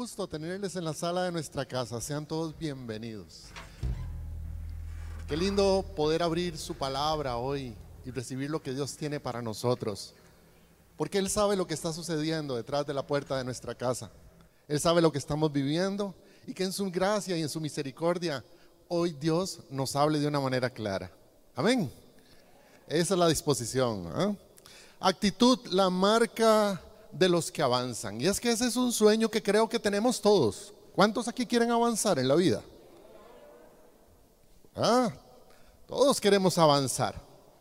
gusto tenerles en la sala de nuestra casa. Sean todos bienvenidos. Qué lindo poder abrir su palabra hoy y recibir lo que Dios tiene para nosotros. Porque Él sabe lo que está sucediendo detrás de la puerta de nuestra casa. Él sabe lo que estamos viviendo y que en su gracia y en su misericordia hoy Dios nos hable de una manera clara. Amén. Esa es la disposición, ¿eh? Actitud, la marca de los que avanzan. Y es que ese es un sueño que creo que tenemos todos. ¿Cuántos aquí quieren avanzar en la vida? Todos queremos avanzar.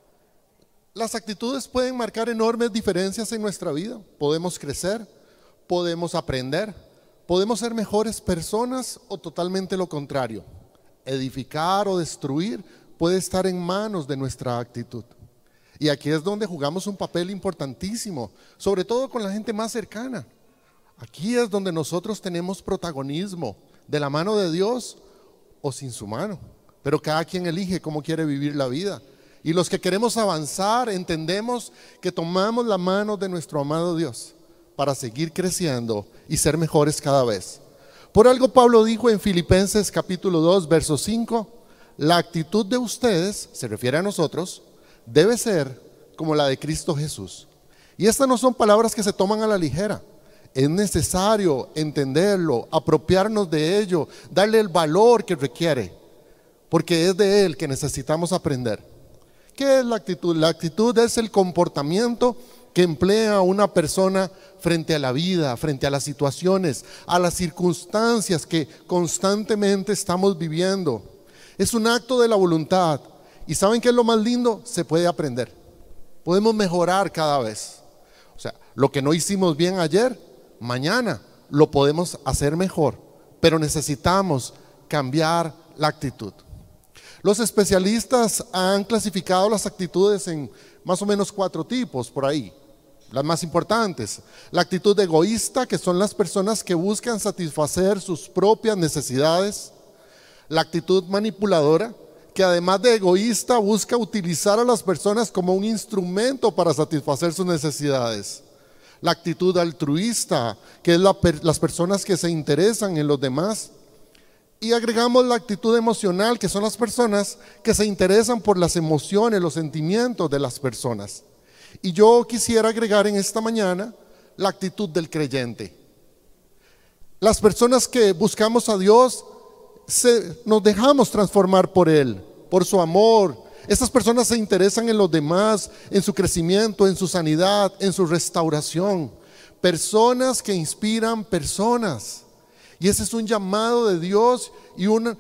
Las actitudes pueden marcar enormes diferencias en nuestra vida. Podemos crecer, podemos aprender, podemos ser mejores personas o totalmente lo contrario. Edificar o destruir puede estar en manos de nuestra actitud. Y aquí es donde jugamos un papel importantísimo, sobre todo con la gente más cercana. Aquí es donde nosotros tenemos protagonismo, de la mano de Dios o sin su mano. Pero cada quien elige cómo quiere vivir la vida. Y los que queremos avanzar entendemos que tomamos la mano de nuestro amado Dios para seguir creciendo y ser mejores cada vez. Por algo Pablo dijo en Filipenses capítulo 2, verso 5, la actitud de ustedes, se refiere a nosotros, debe ser como la de Cristo Jesús. Y estas no son palabras que se toman a la ligera. Es necesario entenderlo, apropiarnos de ello, darle el valor que requiere, porque es de Él que necesitamos aprender. ¿Qué es la actitud? La actitud es el comportamiento que emplea una persona frente a la vida, frente a las situaciones, a las circunstancias que constantemente estamos viviendo. Es un acto de la voluntad. ¿Y saben qué es lo más lindo? Se puede aprender. Podemos mejorar cada vez. O sea, lo que no hicimos bien ayer, mañana lo podemos hacer mejor. Pero necesitamos cambiar la actitud. Los especialistas han clasificado las actitudes en más o menos 4 tipos por ahí. Las más importantes. La actitud egoísta, que son las personas que buscan satisfacer sus propias necesidades. La actitud manipuladora, que además de egoísta busca utilizar a las personas como un instrumento para satisfacer sus necesidades. La actitud altruista, que es las personas que se interesan en los demás. Y agregamos la actitud emocional, que son las personas que se interesan por las emociones, los sentimientos de las personas. Y yo quisiera agregar en esta mañana la actitud del creyente. Las personas que buscamos a Dios, nos dejamos transformar por Él, por su amor. Estas personas se interesan en los demás, en su crecimiento, en su sanidad, en su restauración. Personas que inspiran personas. Y ese es un llamado de Dios y una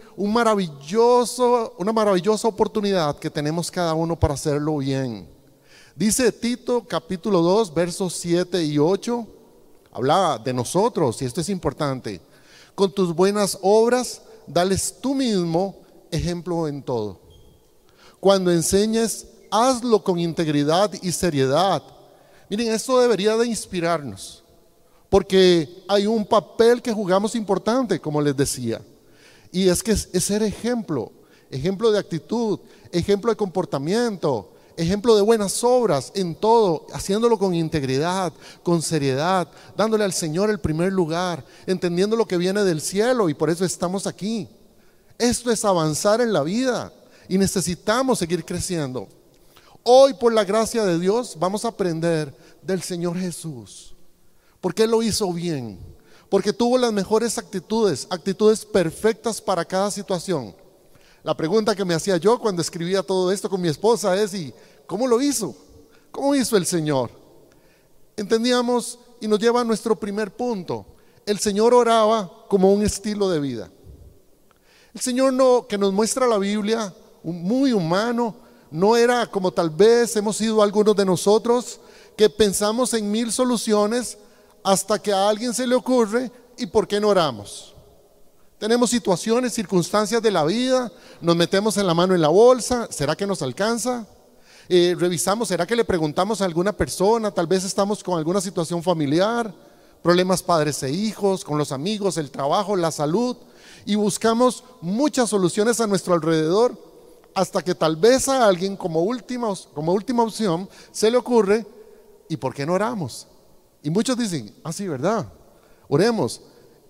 maravillosa oportunidad que tenemos cada uno para hacerlo bien. Dice Tito capítulo 2 versos 7 y 8, habla de nosotros y esto es importante. Con tus buenas obras, dales tú mismo ejemplo en todo. Cuando enseñes, hazlo con integridad y seriedad. Miren, esto debería de inspirarnos. Porque hay un papel que jugamos importante, como les decía. Y es que es ser ejemplo de actitud, ejemplo de comportamiento, ejemplo de buenas obras en todo, haciéndolo con integridad, con seriedad, dándole al Señor el primer lugar, entendiendo lo que viene del cielo y por eso estamos aquí. Esto es avanzar en la vida y necesitamos seguir creciendo. Hoy, por la gracia de Dios, vamos a aprender del Señor Jesús. Porque Él lo hizo bien, porque tuvo las mejores actitudes perfectas para cada situación. La pregunta que me hacía yo cuando escribía todo esto con mi esposa es: ¿y cómo lo hizo? ¿Cómo hizo el Señor? Entendíamos y nos lleva a nuestro primer punto. El Señor oraba como un estilo de vida. El Señor que nos muestra la Biblia, muy humano, no era como tal vez hemos sido algunos de nosotros que pensamos en 1000 soluciones hasta que a alguien se le ocurre, ¿y por qué no oramos? Tenemos situaciones, circunstancias de la vida, nos metemos en la mano en la bolsa, ¿será que nos alcanza? Revisamos, ¿será que le preguntamos a alguna persona? Tal vez estamos con alguna situación familiar, problemas padres e hijos, con los amigos, el trabajo, la salud, y buscamos muchas soluciones a nuestro alrededor, hasta que tal vez a alguien como última opción se le ocurre, ¿y por qué no oramos? Y muchos dicen, sí, ¿verdad? Oremos.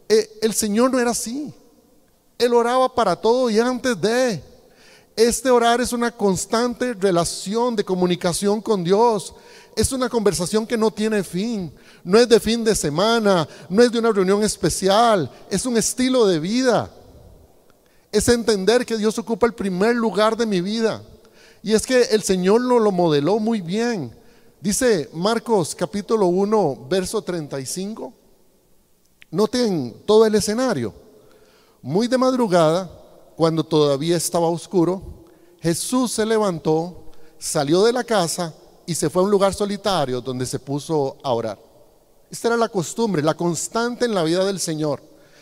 El Señor no era así. Él oraba para todo y antes de. Este orar es una constante relación de comunicación con Dios. Es una conversación que no tiene fin. No es de fin de semana, no es de una reunión especial. Es un estilo de vida. Es entender que Dios ocupa el primer lugar de mi vida. Y es que el Señor lo modeló muy bien. Dice Marcos capítulo 1, verso 35. Noten todo el escenario. Muy de madrugada, cuando todavía estaba oscuro, Jesús se levantó, salió de la casa y se fue a un lugar solitario donde se puso a orar. Esta era la costumbre, la constante en la vida del Señor.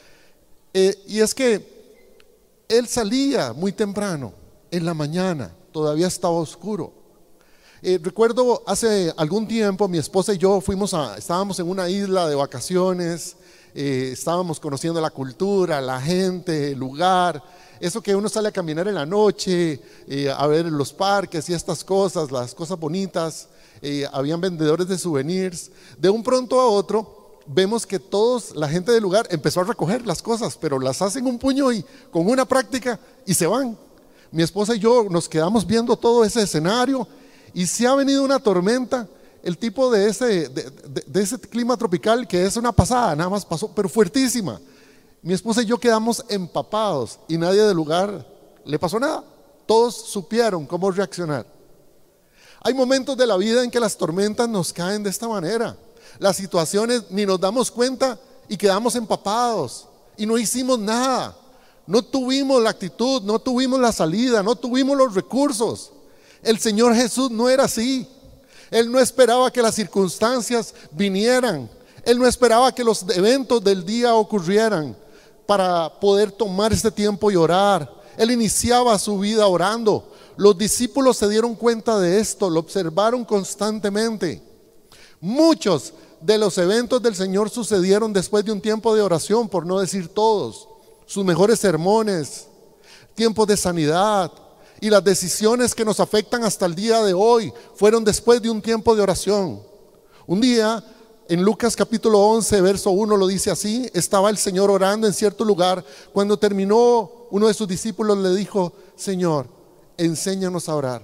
Y es que Él salía muy temprano, en la mañana, todavía estaba oscuro. Recuerdo hace algún tiempo mi esposa y yo estábamos en una isla de vacaciones, estábamos conociendo la cultura, la gente, el lugar, eso que uno sale a caminar en la noche, a ver los parques y estas cosas, las cosas bonitas. Habían vendedores de souvenirs. De un pronto a otro vemos que la gente del lugar empezó a recoger las cosas, pero las hacen un puño y con una práctica y se van. Mi esposa y yo nos quedamos viendo todo ese escenario y se ha venido una tormenta, el tipo de ese clima tropical que es una pasada, nada más pasó, pero fuertísima. Mi esposa y yo quedamos empapados y nadie del lugar le pasó nada. Todos supieron cómo reaccionar. Hay momentos de la vida en que las tormentas nos caen de esta manera. Las situaciones ni nos damos cuenta y quedamos empapados y no hicimos nada. No tuvimos la actitud, no tuvimos la salida, no tuvimos los recursos. El Señor Jesús no era así. Él no esperaba que las circunstancias vinieran. Él no esperaba que los eventos del día ocurrieran para poder tomar este tiempo y orar. Él iniciaba su vida orando. Los discípulos se dieron cuenta de esto, lo observaron constantemente. Muchos de los eventos del Señor sucedieron después de un tiempo de oración, por no decir todos. Sus mejores sermones, tiempos de sanidad y las decisiones que nos afectan hasta el día de hoy fueron después de un tiempo de oración. Un día, en Lucas capítulo 11, verso 1 lo dice así: estaba el Señor orando en cierto lugar. Cuando terminó, uno de sus discípulos le dijo: Señor, enséñanos a orar.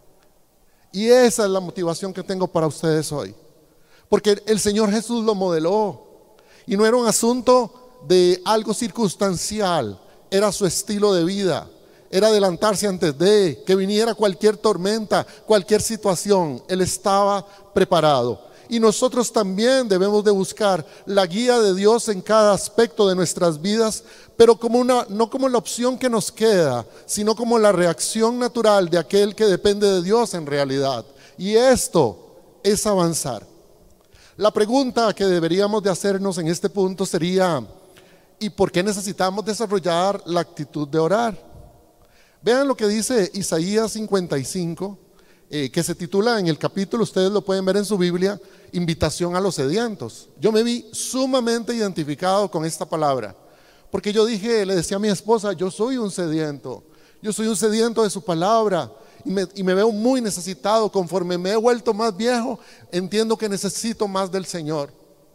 Y esa es la motivación que tengo para ustedes hoy, porque el Señor Jesús lo modeló y no era un asunto de algo circunstancial, era su estilo de vida, era adelantarse antes de que viniera cualquier tormenta, cualquier situación. Él estaba preparado. Y nosotros también debemos de buscar la guía de Dios en cada aspecto de nuestras vidas, pero no como la opción que nos queda, sino como la reacción natural de aquel que depende de Dios en realidad. Y esto es avanzar. La pregunta que deberíamos de hacernos en este punto sería: ¿y por qué necesitamos desarrollar la actitud de orar? Vean lo que dice Isaías 55, que se titula en el capítulo, ustedes lo pueden ver en su Biblia, Invitación a los sedientos. Yo me vi sumamente identificado con esta palabra, porque yo le decía a mi esposa: yo soy un sediento de su palabra, y me veo muy necesitado. Conforme me he vuelto más viejo, entiendo que necesito más del Señor.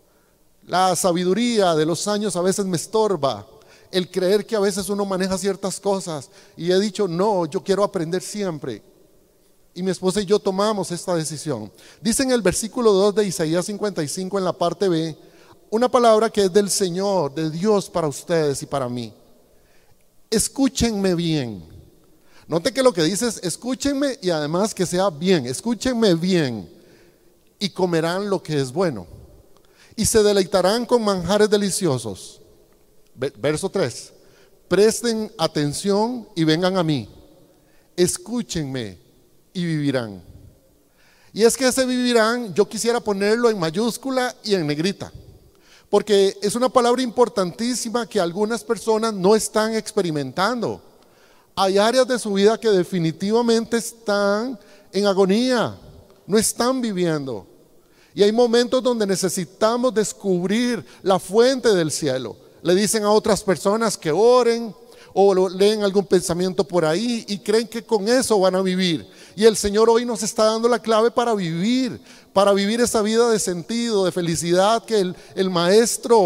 La sabiduría de los años a veces me estorba, el creer que a veces uno maneja ciertas cosas, y he dicho: no, yo quiero aprender siempre. Y mi esposa y yo tomamos esta decisión. Dice en el versículo 2 de Isaías 55, en la parte B, una palabra que es del Señor, de Dios, para ustedes y para mí: escúchenme bien. Note que lo que dice es: escúchenme, y además que sea bien. Escúchenme bien y comerán lo que es bueno, y se deleitarán con manjares deliciosos. Verso 3: presten atención y vengan a mí, escúchenme y vivirán. Y es que ese vivirán, yo quisiera ponerlo en mayúscula y en negrita, porque es una palabra importantísima que algunas personas no están experimentando. Hay áreas de su vida que definitivamente están en agonía, no están viviendo. Y hay momentos donde necesitamos descubrir la fuente del cielo. Le dicen a otras personas que oren, o leen algún pensamiento por ahí y creen que con eso van a vivir. Y el Señor hoy nos está dando la clave para vivir esa vida de sentido, de felicidad que el Maestro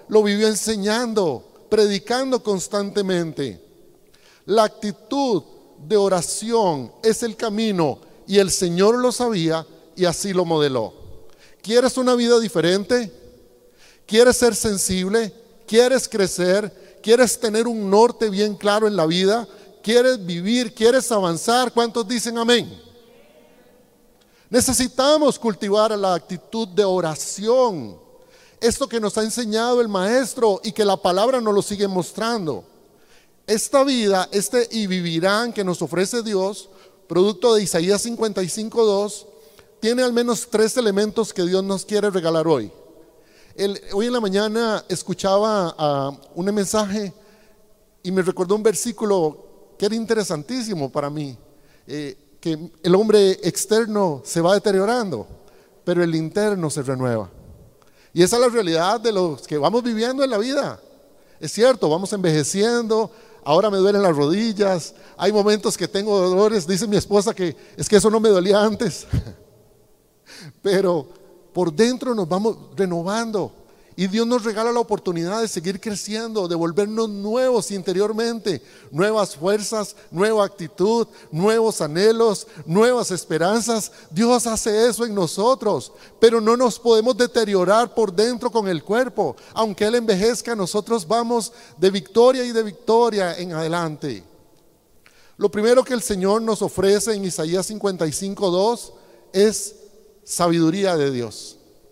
lo vivió enseñando, predicando constantemente. La actitud de oración es el camino y el Señor lo sabía y así lo modeló. ¿Quieres una vida diferente? ¿Quieres ser sensible? ¿Quieres crecer? ¿Quieres tener un norte bien claro en la vida? ¿Quieres vivir? ¿Quieres avanzar? ¿Cuántos dicen amén? Necesitamos cultivar la actitud de oración. Esto que nos ha enseñado el maestro y que la palabra nos lo sigue mostrando. Esta vida, y vivirán que nos ofrece Dios, producto de Isaías 55:2, tiene al menos 3 elementos que Dios nos quiere regalar hoy. Hoy en la mañana escuchaba un mensaje y me recordó un versículo que era interesantísimo para mí, que el hombre externo se va deteriorando, pero el interno se renueva. Y esa es la realidad de los que vamos viviendo en la vida. Es cierto, vamos envejeciendo. Ahora me duelen las rodillas, hay momentos que tengo dolores, dice mi esposa que es que eso no me dolía antes. Pero por dentro nos vamos renovando y Dios nos regala la oportunidad de seguir creciendo, de volvernos nuevos interiormente, nuevas fuerzas, nueva actitud, nuevos anhelos, nuevas esperanzas. Dios hace eso en nosotros, pero no nos podemos deteriorar por dentro con el cuerpo. Aunque Él envejezca, nosotros vamos de victoria y de victoria en adelante. Lo primero que el Señor nos ofrece en Isaías 55:2 es sabiduría de Dios,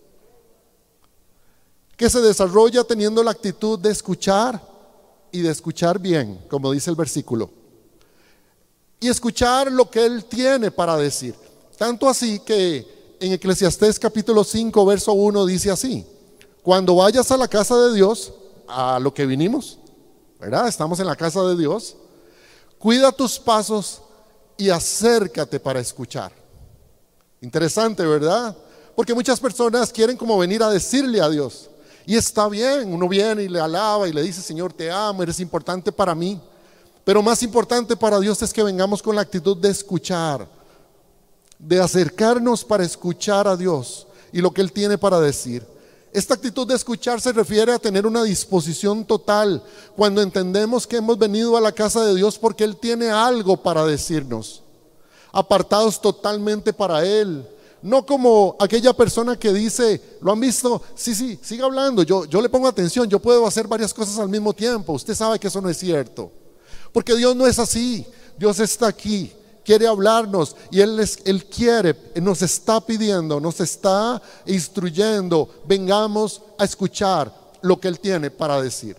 que se desarrolla teniendo la actitud de escuchar y de escuchar bien, como dice el versículo, y escuchar lo que Él tiene para decir. Tanto así que en Eclesiastés capítulo 5 verso 1 dice así: cuando vayas a la casa de Dios, a lo que vinimos, ¿verdad? Estamos en la casa de Dios, cuida tus pasos y acércate para escuchar. Interesante, ¿verdad? Porque muchas personas quieren como venir a decirle a Dios. Y está bien, uno viene y le alaba y le dice: Señor, te amo, eres importante para mí. Pero más importante para Dios es que vengamos con la actitud de escuchar, de acercarnos para escuchar a Dios y lo que Él tiene para decir. Esta actitud de escuchar se refiere a tener una disposición total cuando entendemos que hemos venido a la casa de Dios porque Él tiene algo para decirnos, apartados totalmente para Él. No como aquella persona que dice: ¿lo han visto? Sí, siga hablando, yo le pongo atención, yo puedo hacer varias cosas al mismo tiempo. Usted sabe que eso no es cierto, porque Dios no es así. Dios está aquí, quiere hablarnos y Él quiere, nos está pidiendo, nos está instruyendo, vengamos a escuchar lo que Él tiene para decir.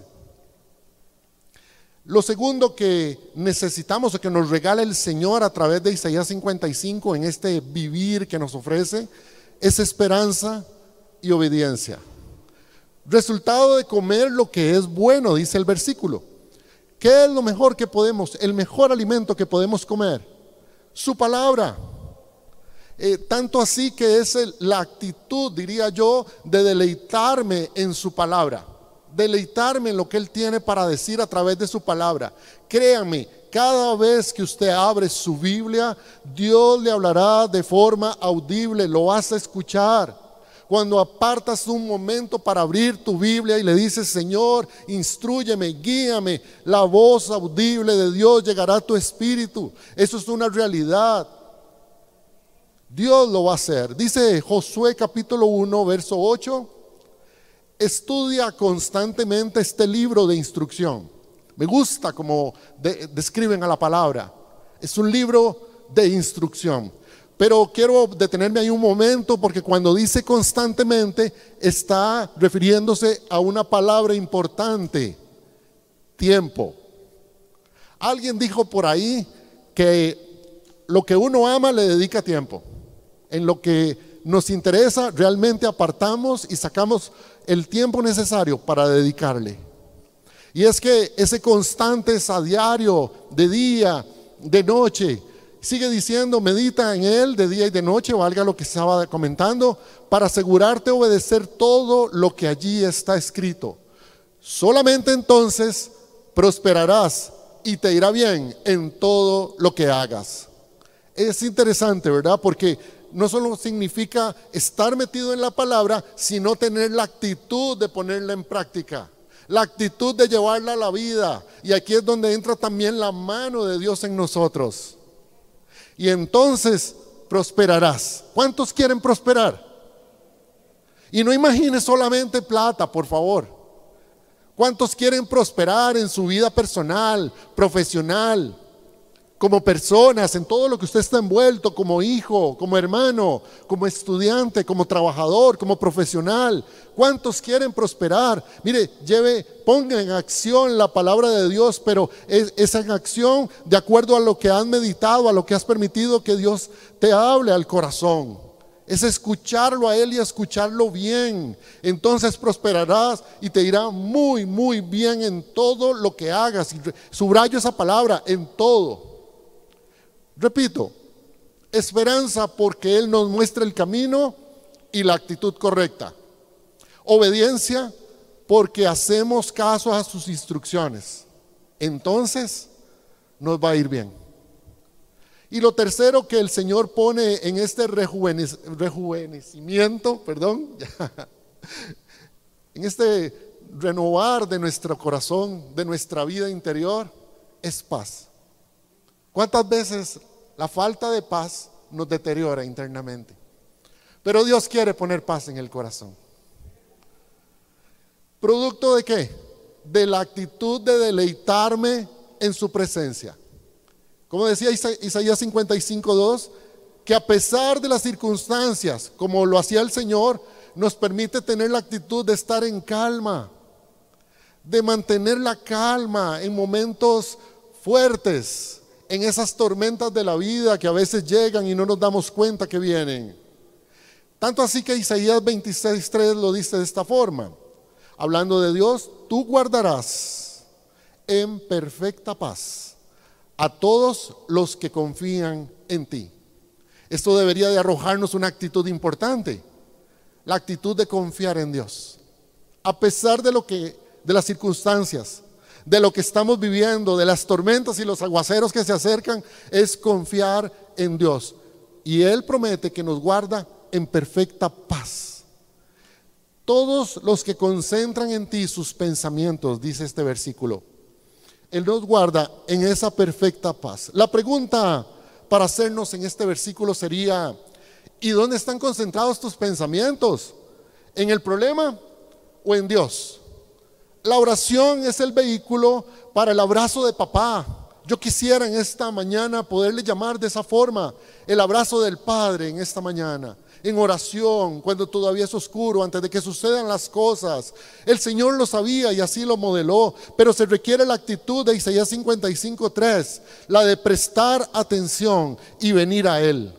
Lo segundo que necesitamos o que nos regala el Señor a través de Isaías 55 en este vivir que nos ofrece es esperanza y obediencia. Resultado de comer lo que es bueno, dice el versículo. ¿Qué es lo mejor que podemos, el mejor alimento que podemos comer? Su palabra. Tanto así que es la actitud, diría yo, de deleitarme en su palabra. Deleitarme en lo que Él tiene para decir a través de su palabra. Créanme, cada vez que usted abre su Biblia, Dios le hablará de forma audible, lo vas a escuchar. Cuando apartas un momento para abrir tu Biblia y le dices: Señor, instrúyeme, guíame, la voz audible de Dios llegará a tu espíritu. Eso es una realidad. Dios lo va a hacer. Dice Josué capítulo 1 verso 8: estudia constantemente este libro de instrucción. Me gusta como describen a la palabra. Es un libro de instrucción. Pero quiero detenerme ahí un momento, porque cuando dice constantemente está refiriéndose a una palabra importante: tiempo. Alguien dijo por ahí que lo que uno ama le dedica tiempo. En lo que nos interesa realmente apartamos y sacamos el tiempo necesario para dedicarle. Y es que ese constante es a diario, de día, de noche. Sigue diciendo: medita en Él de día y de noche, valga lo que estaba comentando, para asegurarte obedecer todo lo que allí está escrito. Solamente entonces prosperarás y te irá bien en todo lo que hagas. Es interesante, ¿verdad? Porque no solo significa estar metido en la palabra, sino tener la actitud de ponerla en práctica, la actitud de llevarla a la vida. Y aquí es donde entra también la mano de Dios en nosotros. Y entonces prosperarás. ¿Cuántos quieren prosperar? Y no imagines solamente plata, por favor. ¿Cuántos quieren prosperar en su vida personal, profesional, como personas, en todo lo que usted está envuelto, como hijo, como hermano, como estudiante, como trabajador, como profesional? ¿Cuántos quieren prosperar? Mire, ponga en acción la palabra de Dios, pero es en acción de acuerdo a lo que has meditado, a lo que has permitido que Dios te hable al corazón. Es escucharlo a Él y escucharlo bien. Entonces prosperarás y te irá muy, muy bien en todo lo que hagas. Y subrayo esa palabra, en todo. Repito, esperanza porque Él nos muestra el camino y la actitud correcta. Obediencia porque hacemos caso a sus instrucciones. Entonces nos va a ir bien. Y lo tercero que el Señor pone en este rejuvenecimiento, en este renovar de nuestro corazón, de nuestra vida interior, es paz. ¿Cuántas veces la falta de paz nos deteriora internamente? Pero Dios quiere poner paz en el corazón. ¿Producto de qué? De la actitud de deleitarme en su presencia. Como decía Isaías 55:2, que a pesar de las circunstancias, como lo hacía el Señor, nos permite tener la actitud de estar en calma, de mantener la calma en momentos fuertes, en esas tormentas de la vida que a veces llegan y no nos damos cuenta que vienen. Tanto así que Isaías 26:3 lo dice de esta forma, hablando de Dios: tú guardarás en perfecta paz a todos los que confían en ti. Esto debería de arrojarnos una actitud importante, la actitud de confiar en Dios. A pesar de las circunstancias, de lo que estamos viviendo, de las tormentas y los aguaceros que se acercan, es confiar en Dios. Y Él promete que nos guarda en perfecta paz. Todos los que concentran en ti sus pensamientos, dice este versículo, Él nos guarda en esa perfecta paz. La pregunta para hacernos en este versículo sería: ¿y dónde están concentrados tus pensamientos? ¿En el problema o en Dios? La oración es el vehículo para el abrazo de papá. Yo quisiera en esta mañana poderle llamar de esa forma, el abrazo del Padre en esta mañana. En oración, cuando todavía es oscuro, antes de que sucedan las cosas. El Señor lo sabía y así lo modeló, pero se requiere la actitud de Isaías 55:3, la de prestar atención y venir a Él.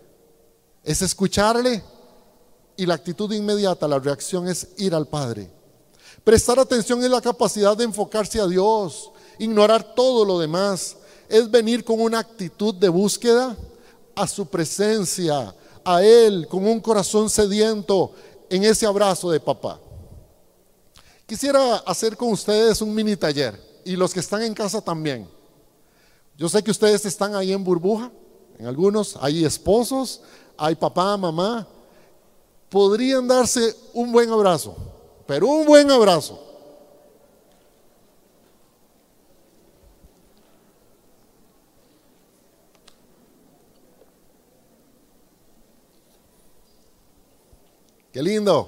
Es escucharle y la actitud inmediata, la reacción es ir al Padre. Prestar atención es la capacidad de enfocarse a Dios, ignorar todo lo demás. Es venir con una actitud de búsqueda a su presencia, a Él, con un corazón sediento en ese abrazo de papá. Quisiera hacer con ustedes un mini taller, y los que están en casa también. Yo sé que ustedes están ahí en burbuja, en algunos hay esposos, hay papá, mamá. Podrían darse un buen abrazo, pero un buen abrazo. Qué lindo.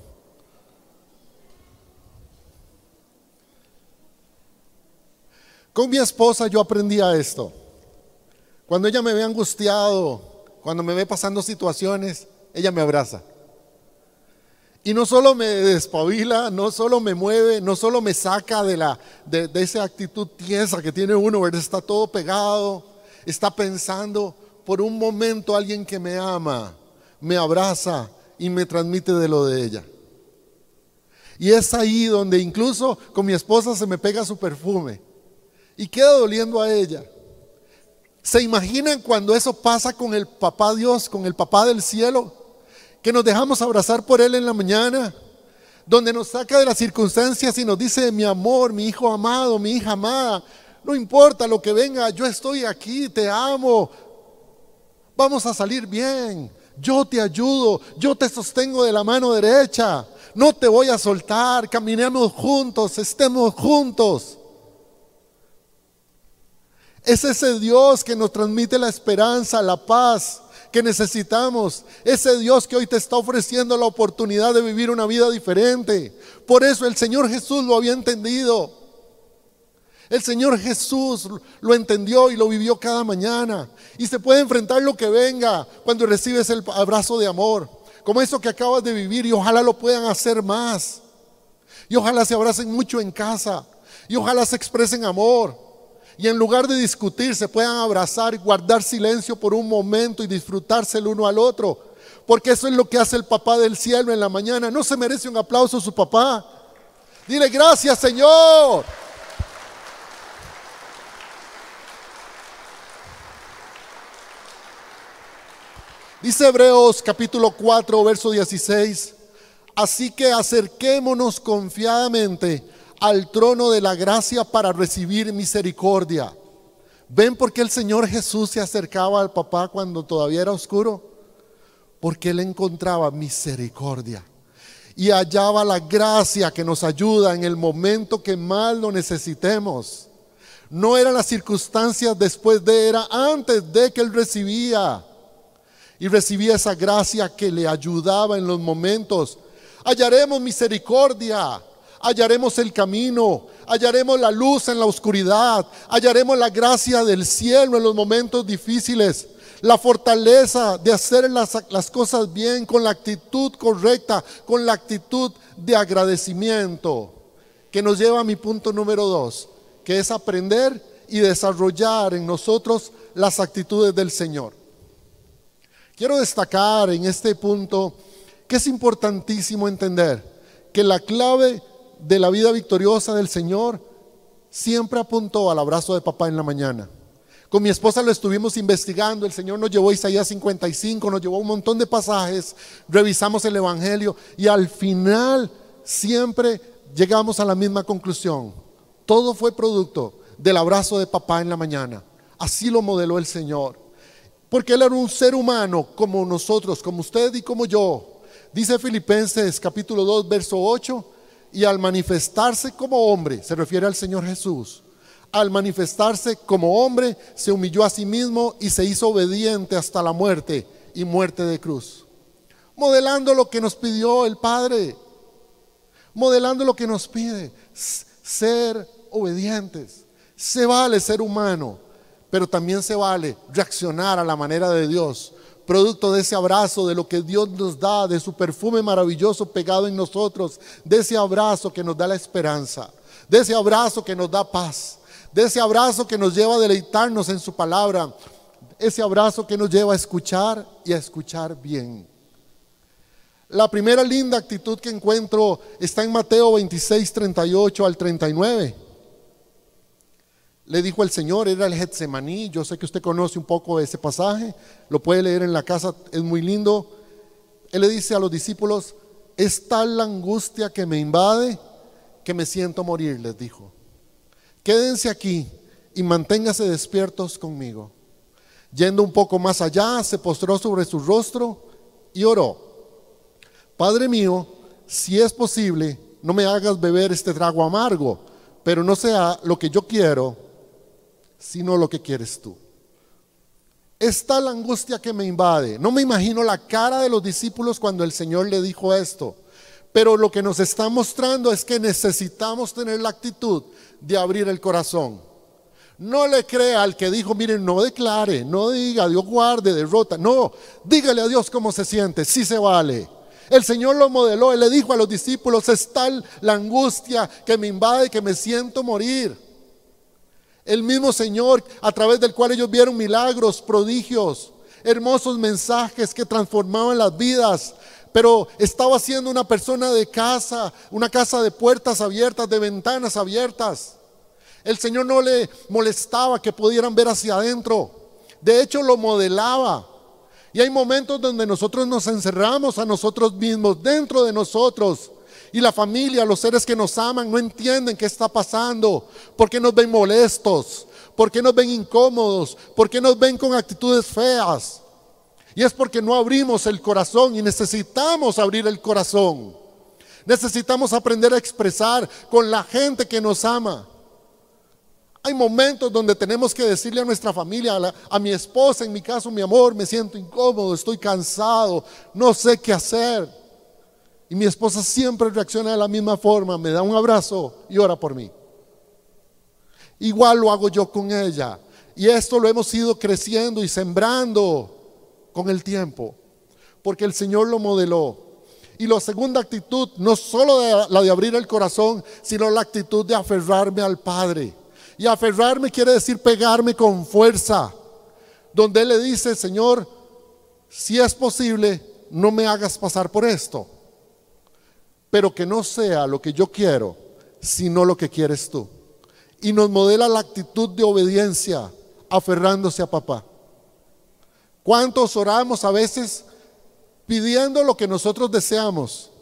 Con mi esposa yo aprendí a esto. Cuando ella me ve angustiado, cuando me ve pasando situaciones, ella me abraza. Y no solo me despabila, no solo me mueve, no solo me saca de esa actitud tiesa que tiene uno, ¿verdad? Está todo pegado, está pensando. Por un momento alguien que me ama, me abraza y me transmite de lo de ella. Y es ahí donde incluso con mi esposa se me pega su perfume y queda doliendo a ella. ¿Se imaginan cuando eso pasa con el papá Dios, con el papá del cielo? Que nos dejamos abrazar por Él en la mañana, donde nos saca de las circunstancias y nos dice: mi amor, mi hijo amado, mi hija amada, no importa lo que venga, yo estoy aquí, te amo, vamos a salir bien, Yo te ayudo, yo te sostengo de la mano derecha, no te voy a soltar, caminemos juntos, estemos juntos. Es ese Dios que nos transmite la esperanza, la paz que necesitamos. Ese Dios que hoy te está ofreciendo la oportunidad de vivir una vida diferente. Por eso el Señor Jesús lo había entendido. El Señor Jesús lo entendió y lo vivió cada mañana. Y se puede enfrentar lo que venga cuando recibes el abrazo de amor, como eso que acabas de vivir, y ojalá lo puedan hacer más. Y ojalá se abracen mucho en casa. Y ojalá se expresen amor. Y en lugar de discutir, se puedan abrazar y guardar silencio por un momento y disfrutarse el uno al otro. Porque eso es lo que hace el papá del cielo en la mañana. ¿No se merece un aplauso su papá? Dile gracias, Señor. Dice Hebreos capítulo 4, verso 16. Así que acerquémonos confiadamente al trono de la gracia para recibir misericordia. ¿Ven por qué el Señor Jesús se acercaba al papá cuando todavía era oscuro? Porque Él encontraba misericordia y hallaba la gracia que nos ayuda en el momento que más lo necesitemos. No eran las circunstancias después de, era antes de que Él recibía. Y recibía esa gracia que le ayudaba en los momentos. Hallaremos misericordia, hallaremos el camino, hallaremos la luz en la oscuridad, hallaremos la gracia del cielo en los momentos difíciles, la fortaleza de hacer las cosas bien, con la actitud correcta, con la actitud de agradecimiento, que nos lleva a mi punto número 2, que es aprender y desarrollar en nosotros las actitudes del Señor. Quiero destacar en este punto que es importantísimo entender que la clave de la vida victoriosa del Señor siempre apuntó al abrazo de papá en la mañana. Con mi esposa lo estuvimos investigando, el Señor nos llevó a Isaías 55, nos llevó a un montón de pasajes, revisamos el Evangelio y al final siempre llegamos a la misma conclusión. Todo fue producto del abrazo de papá en la mañana. Así lo modeló el Señor. Porque Él era un ser humano como nosotros, como usted y como yo. Dice Filipenses capítulo 2, verso 8, y al manifestarse como hombre, se refiere al Señor Jesús, al manifestarse como hombre, se humilló a sí mismo y se hizo obediente hasta la muerte y muerte de cruz. Modelando lo que nos pidió el Padre, modelando lo que nos pide, ser obedientes. Se vale ser humano, pero también se vale reaccionar a la manera de Dios, producto de ese abrazo, de lo que Dios nos da, de su perfume maravilloso pegado en nosotros, de ese abrazo que nos da la esperanza, de ese abrazo que nos da paz, de ese abrazo que nos lleva a deleitarnos en su palabra, ese abrazo que nos lleva a escuchar y a escuchar bien. La primera linda actitud que encuentro está en Mateo 26, 38 al 39. Le dijo el Señor, era el Getsemaní. Yo sé que usted conoce un poco ese pasaje, lo puede leer en la casa, es muy lindo. Él le dice a los discípulos, es tal la angustia que me invade que me siento morir, les dijo. Quédense aquí y manténganse despiertos conmigo. Yendo un poco más allá, se postró sobre su rostro y oró. Padre mío, si es posible, no me hagas beber este trago amargo, pero no sea lo que yo quiero, sino lo que quieres tú. Está la angustia que me invade. No me imagino la cara de los discípulos cuando el Señor le dijo esto, pero lo que nos está mostrando es que necesitamos tener la actitud de abrir el corazón. No le crea al que dijo, miren, no declare, no diga, Dios guarde, derrota. No, dígale a Dios cómo se siente, sí se vale. El Señor lo modeló, Él le dijo a los discípulos, es tal la angustia que me invade que me siento morir. El mismo Señor a través del cual ellos vieron milagros, prodigios, hermosos mensajes que transformaban las vidas, pero estaba siendo una persona de casa, una casa de puertas abiertas, de ventanas abiertas. El Señor no le molestaba que pudieran ver hacia adentro, de hecho lo modelaba. Y hay momentos donde nosotros nos encerramos a nosotros mismos, dentro de nosotros. Y la familia, los seres que nos aman, no entienden qué está pasando. ¿Por qué nos ven molestos? ¿Por qué nos ven incómodos? ¿Por qué nos ven con actitudes feas? Y es porque no abrimos el corazón y necesitamos abrir el corazón. Necesitamos aprender a expresar con la gente que nos ama. Hay momentos donde tenemos que decirle a nuestra familia, a mi esposa, en mi caso, mi amor, me siento incómodo, estoy cansado, no sé qué hacer. Y mi esposa siempre reacciona de la misma forma, me da un abrazo y ora por mí. Igual lo hago yo con ella. Y esto lo hemos ido creciendo y sembrando con el tiempo, porque el Señor lo modeló. Y la segunda actitud, no solo la de abrir el corazón, sino la actitud de aferrarme al Padre. Y aferrarme quiere decir pegarme con fuerza, donde Él le dice: Señor, si es posible, no me hagas pasar por esto, pero que no sea lo que yo quiero, sino lo que quieres tú. Y nos modela la actitud de obediencia, aferrándose a papá. ¿Cuántos oramos a veces pidiendo lo que nosotros deseamos?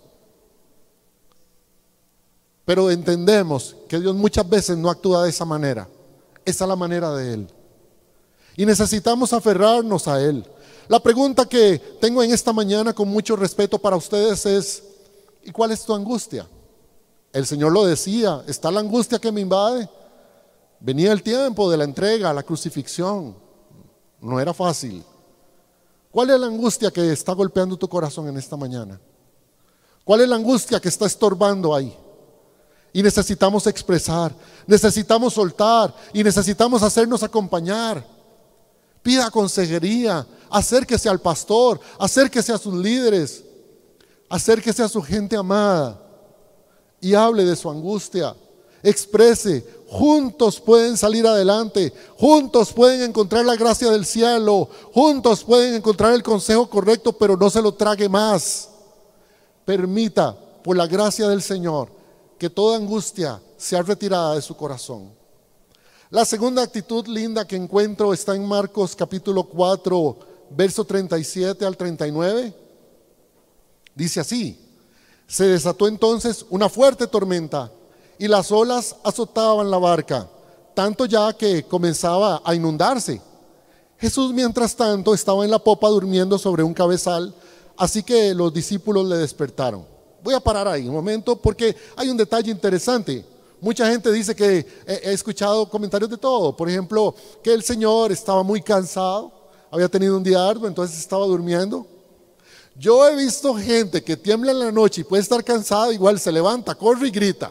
Pero entendemos que Dios muchas veces no actúa de esa manera. Esa es la manera de Él. Y necesitamos aferrarnos a Él. La pregunta que tengo en esta mañana con mucho respeto para ustedes es: ¿y cuál es tu angustia? El Señor lo decía, está la angustia que me invade. Venía el tiempo de la entrega, la crucifixión. No era fácil. ¿Cuál es la angustia que está golpeando tu corazón en esta mañana? ¿Cuál es la angustia que está estorbando ahí? Y necesitamos expresar, necesitamos soltar y necesitamos hacernos acompañar. Pida consejería, acérquese al pastor, acérquese a sus líderes, acérquese a su gente amada y hable de su angustia. Exprese, juntos pueden salir adelante, juntos pueden encontrar la gracia del cielo, juntos pueden encontrar el consejo correcto, pero no se lo trague más. Permita, por la gracia del Señor, que toda angustia sea retirada de su corazón. La segunda actitud linda que encuentro está en Marcos capítulo 4, verso 37 al 39. Dice así: se desató entonces una fuerte tormenta y las olas azotaban la barca, tanto ya que comenzaba a inundarse. Jesús, mientras tanto, estaba en la popa durmiendo sobre un cabezal, así que los discípulos le despertaron. Voy a parar ahí un momento porque hay un detalle interesante. Mucha gente dice que he escuchado comentarios de todo. Por ejemplo, que el Señor estaba muy cansado, había tenido un día arduo, entonces estaba durmiendo. Yo he visto gente que tiembla en la noche y puede estar cansada, igual se levanta, corre y grita.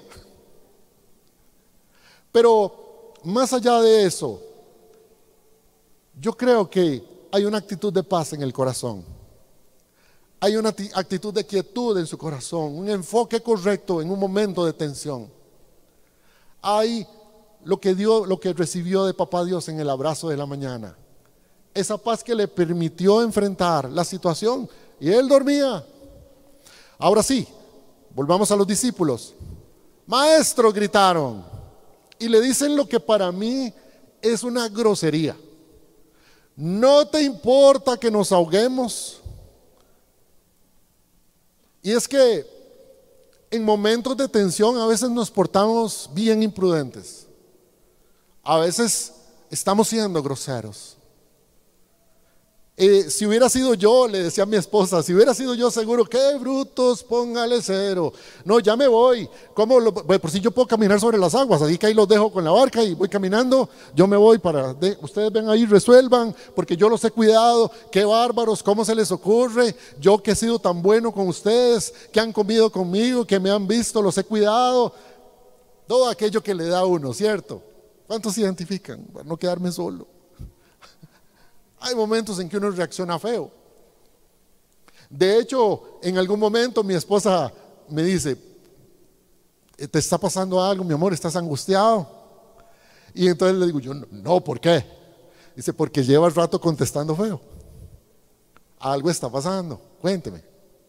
Pero más allá de eso, yo creo que hay una actitud de paz en el corazón. Hay una actitud de quietud en su corazón, un enfoque correcto en un momento de tensión. Hay lo que recibió de papá Dios en el abrazo de la mañana. Esa paz que le permitió enfrentar la situación y él dormía. Ahora sí, volvamos a los discípulos. Maestro, gritaron, y le dicen lo que para mí es una grosería. ¿No te importa que nos ahoguemos? Y es que en momentos de tensión a veces nos portamos bien imprudentes. A veces estamos siendo groseros. Si hubiera sido yo, le decía a mi esposa, si hubiera sido yo, seguro, qué brutos, póngale cero. No, ya me voy. Por si yo puedo caminar sobre las aguas, así que ahí los dejo con la barca y voy caminando. Yo me voy ustedes ven ahí, resuelvan, porque yo los he cuidado. Qué bárbaros, cómo se les ocurre. Yo que he sido tan bueno con ustedes, que han comido conmigo, que me han visto, los he cuidado. Todo aquello que le da a uno, ¿cierto? ¿Cuántos se identifican? Para no quedarme solo. Hay momentos en que uno reacciona feo. De hecho, en algún momento mi esposa me dice: ¿te está pasando algo, mi amor? ¿Estás angustiado? Y entonces le digo yo: no, ¿por qué? Dice: porque llevas rato contestando feo. Algo está pasando, cuénteme.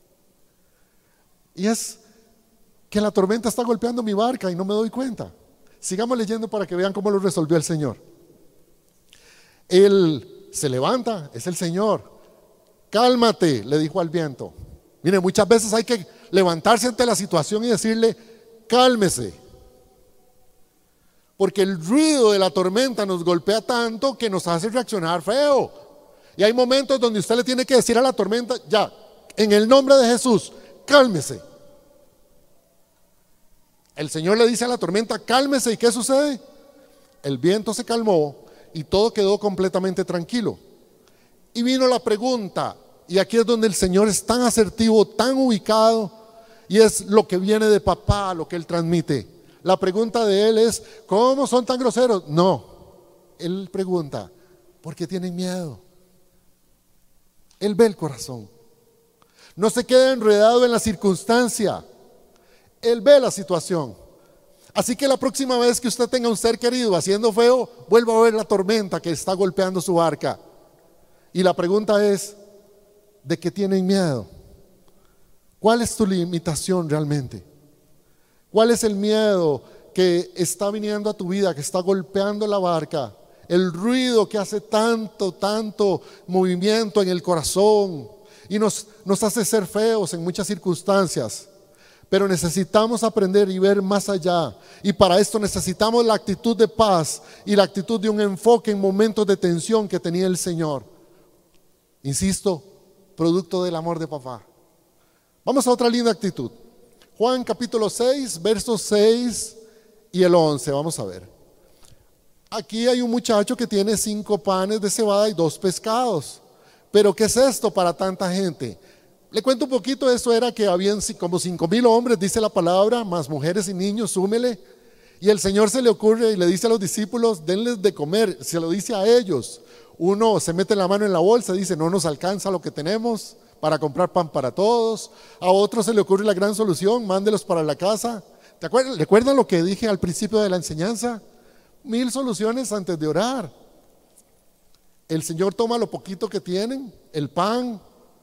Y es que la tormenta está golpeando mi barca y no me doy cuenta. Sigamos leyendo para que vean cómo lo resolvió el Señor. Él se levanta, es el Señor. Cálmate, le dijo al viento. Mire, muchas veces hay que levantarse ante la situación y decirle: cálmese. Porque el ruido de la tormenta nos golpea tanto que nos hace reaccionar feo. Y hay momentos donde usted le tiene que decir a la tormenta, ya, en el nombre de Jesús, cálmese. El Señor le dice a la tormenta, cálmese, ¿y qué sucede? El viento se calmó y todo quedó completamente tranquilo. Y vino la pregunta, y aquí es donde el Señor es tan asertivo, tan ubicado, y es lo que viene de papá, lo que Él transmite. La pregunta de Él es, ¿cómo son tan groseros? No, Él pregunta, ¿por qué tienen miedo? Él ve el corazón. No se queda enredado en la circunstancia. Él ve la situación. Así que la próxima vez que usted tenga un ser querido haciendo feo, vuelva a ver la tormenta que está golpeando su barca. Y la pregunta es, ¿de qué tienen miedo? ¿Cuál es tu limitación realmente? ¿Cuál es el miedo que está viniendo a tu vida, que está golpeando la barca? El ruido que hace tanto movimiento en el corazón y nos hace ser feos en muchas circunstancias. Pero necesitamos aprender y ver más allá. Y para esto necesitamos la actitud de paz y la actitud de un enfoque en momentos de tensión que tenía el Señor. Insisto, producto del amor de papá. Vamos a otra linda actitud. Juan capítulo 6, versos 6 y el 11. Vamos a ver. Aquí hay un muchacho que tiene 5 panes de cebada y 2 pescados. Pero ¿qué es esto para tanta gente? Le cuento un poquito. Eso era que habían como 5,000 hombres, dice la palabra, más mujeres y niños, súmele. Y el Señor se le ocurre y le dice a los discípulos, denles de comer. Se lo dice a ellos. Uno se mete la mano en la bolsa, dice, no nos alcanza lo que tenemos para comprar pan para todos. A otro se le ocurre la gran solución, mándelos para la casa. ¿Recuerdan lo que dije al principio de la enseñanza? 1000 soluciones antes de orar. El Señor toma lo poquito que tienen, el pan,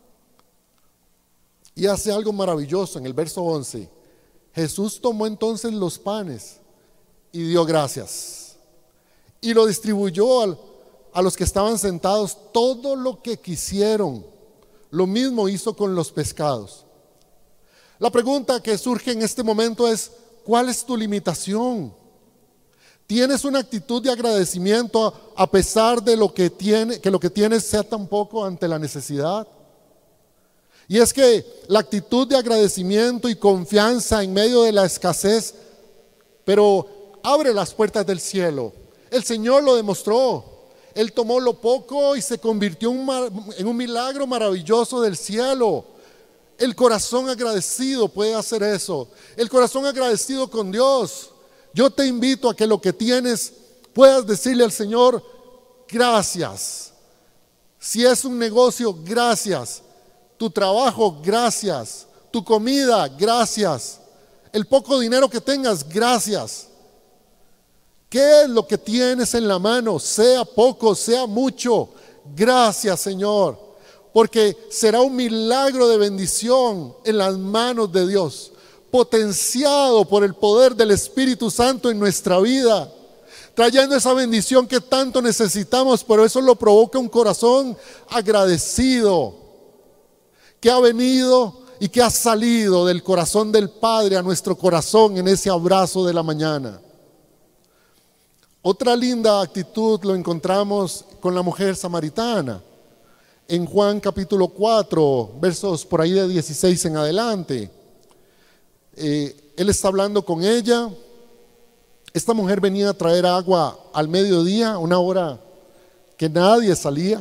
y hace algo maravilloso en el verso 11. Jesús tomó entonces los panes y dio gracias y lo distribuyó a los que estaban sentados todo lo que quisieron. Lo mismo hizo con los pescados. La pregunta que surge en este momento es, ¿cuál es tu limitación? ¿Tienes una actitud de agradecimiento a pesar de que lo que tienes sea tan poco ante la necesidad? Y es que la actitud de agradecimiento y confianza en medio de la escasez, pero abre las puertas del cielo. El Señor lo demostró. Él tomó lo poco y se convirtió en un milagro maravilloso del cielo. El corazón agradecido puede hacer eso. El corazón agradecido con Dios. Yo te invito a que lo que tienes puedas decirle al Señor, gracias. Si es un negocio, gracias. Tu trabajo, gracias. Tu comida, gracias. El poco dinero que tengas, gracias. ¿Qué es lo que tienes en la mano? Sea poco, sea mucho. Gracias, Señor. Porque será un milagro de bendición en las manos de Dios, potenciado por el poder del Espíritu Santo en nuestra vida, trayendo esa bendición que tanto necesitamos. Pero eso lo provoca un corazón agradecido, que ha venido y que ha salido del corazón del Padre a nuestro corazón en ese abrazo de la mañana. Otra linda actitud lo encontramos con la mujer samaritana. En Juan capítulo 4, versos por ahí de 16 en adelante. Él está hablando con ella. Esta mujer venía a traer agua al mediodía, una hora que nadie salía.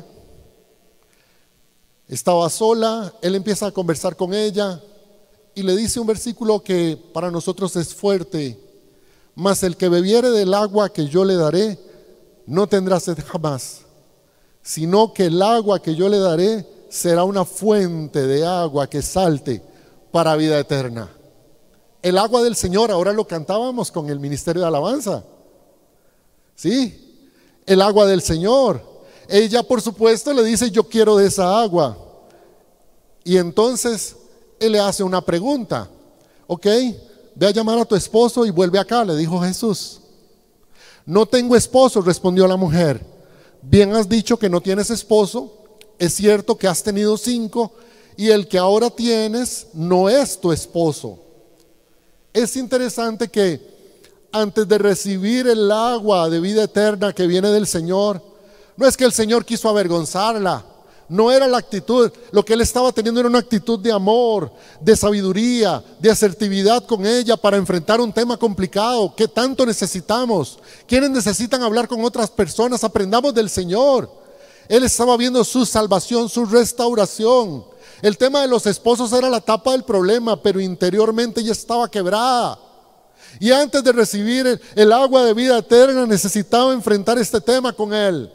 Estaba sola. Él empieza a conversar con ella y le dice un versículo que para nosotros es fuerte. Mas el que bebiere del agua que yo le daré no tendrá sed jamás, sino que el agua que yo le daré será una fuente de agua que salte para vida eterna. El agua del Señor, ahora lo cantábamos con el ministerio de alabanza. Sí, el agua del Señor. Ella, por supuesto, le dice, yo quiero de esa agua. Y entonces él le hace una pregunta. Ok, ve a llamar a tu esposo y vuelve acá, le dijo Jesús. No tengo esposo, respondió la mujer. Bien has dicho que no tienes esposo. Es cierto que has tenido 5 y el que ahora tienes no es tu esposo. Es interesante que antes de recibir el agua de vida eterna que viene del Señor, no es que el Señor quiso avergonzarla, No era la actitud, lo que él estaba teniendo era una actitud de amor, de sabiduría, de asertividad con ella para enfrentar un tema complicado que tanto necesitamos. Quienes necesitan hablar con otras personas, aprendamos del Señor. Él estaba viendo su salvación, su restauración. El tema de los esposos era la tapa del problema, pero interiormente ella estaba quebrada. Y antes de recibir el agua de vida eterna necesitaba enfrentar este tema con él.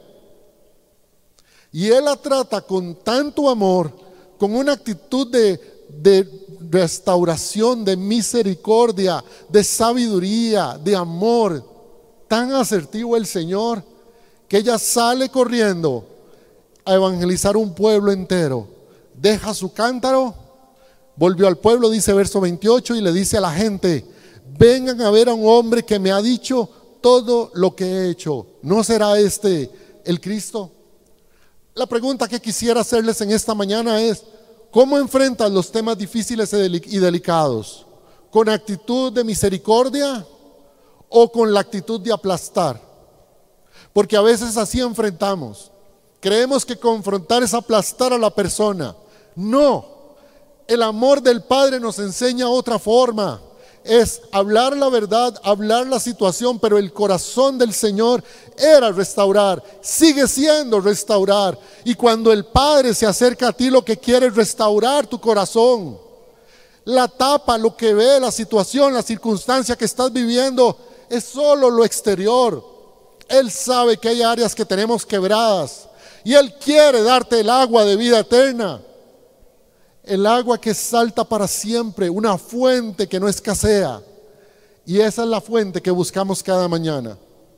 Y él la trata con tanto amor, con una actitud de restauración, de misericordia, de sabiduría, de amor. Tan asertivo el Señor que ella sale corriendo a evangelizar un pueblo entero. Deja su cántaro, volvió al pueblo, dice verso 28, y le dice a la gente: vengan a ver a un hombre que me ha dicho todo lo que he hecho. ¿No será este el Cristo? La pregunta que quisiera hacerles en esta mañana es: ¿cómo enfrentan los temas difíciles y delicados? ¿Con actitud de misericordia o con la actitud de aplastar? Porque a veces así enfrentamos. Creemos que confrontar es aplastar a la persona. No, el amor del Padre nos enseña otra forma. Es hablar la verdad, hablar la situación, pero el corazón del Señor era restaurar, sigue siendo restaurar. Y cuando el Padre se acerca a ti, lo que quiere es restaurar tu corazón. La tapa, lo que ve, la situación, la circunstancia que estás viviendo, es solo lo exterior. Él sabe que hay áreas que tenemos quebradas y Él quiere darte el agua de vida eterna. El agua que salta para siempre, una fuente que no escasea. Y esa es la fuente que buscamos cada mañana.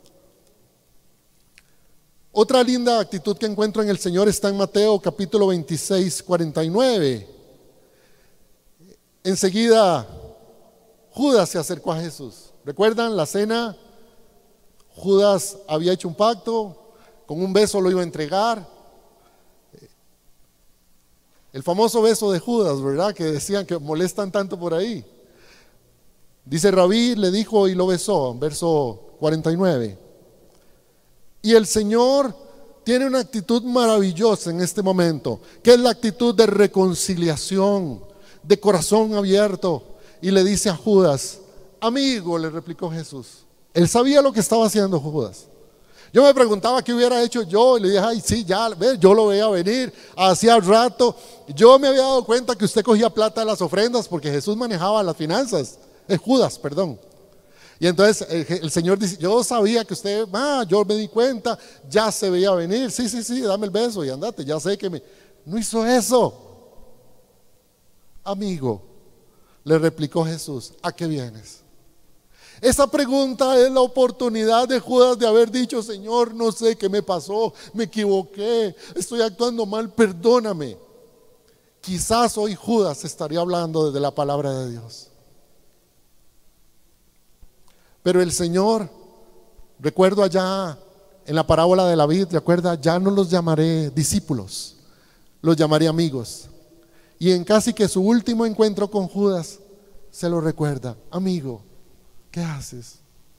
Otra linda actitud que encuentro en el Señor está en Mateo capítulo 26, 49. Enseguida Judas se acercó a Jesús. ¿Recuerdan la cena? Judas había hecho un pacto, con un beso lo iba a entregar. El famoso beso de Judas, ¿verdad? Que decían que molestan tanto por ahí. Dice: Rabí le dijo y lo besó, verso 49. Y el Señor tiene una actitud maravillosa en este momento, que es la actitud de reconciliación, de corazón abierto. Y le dice a Judas: amigo, le replicó Jesús. Él sabía lo que estaba haciendo Judas. Yo me preguntaba qué hubiera hecho yo, y le dije: ay, sí, ya, ve, yo lo veía venir, hacía rato. Yo me había dado cuenta que usted cogía plata de las ofrendas, porque Jesús manejaba las finanzas, Judas, perdón. Y entonces el Señor dice: yo sabía que usted, yo me di cuenta, ya se veía venir, sí, dame el beso y andate, ya sé que no hizo eso. Amigo, le replicó Jesús, ¿a qué vienes? Esa pregunta es la oportunidad de Judas de haber dicho: Señor, no sé qué me pasó, me equivoqué, estoy actuando mal, perdóname. Quizás hoy Judas estaría hablando desde la palabra de Dios. Pero el Señor, recuerdo allá en la parábola de la vid, recuerda, ya no los llamaré discípulos, los llamaré amigos. Y en casi que su último encuentro con Judas, se lo recuerda: amigo, ¿qué haces?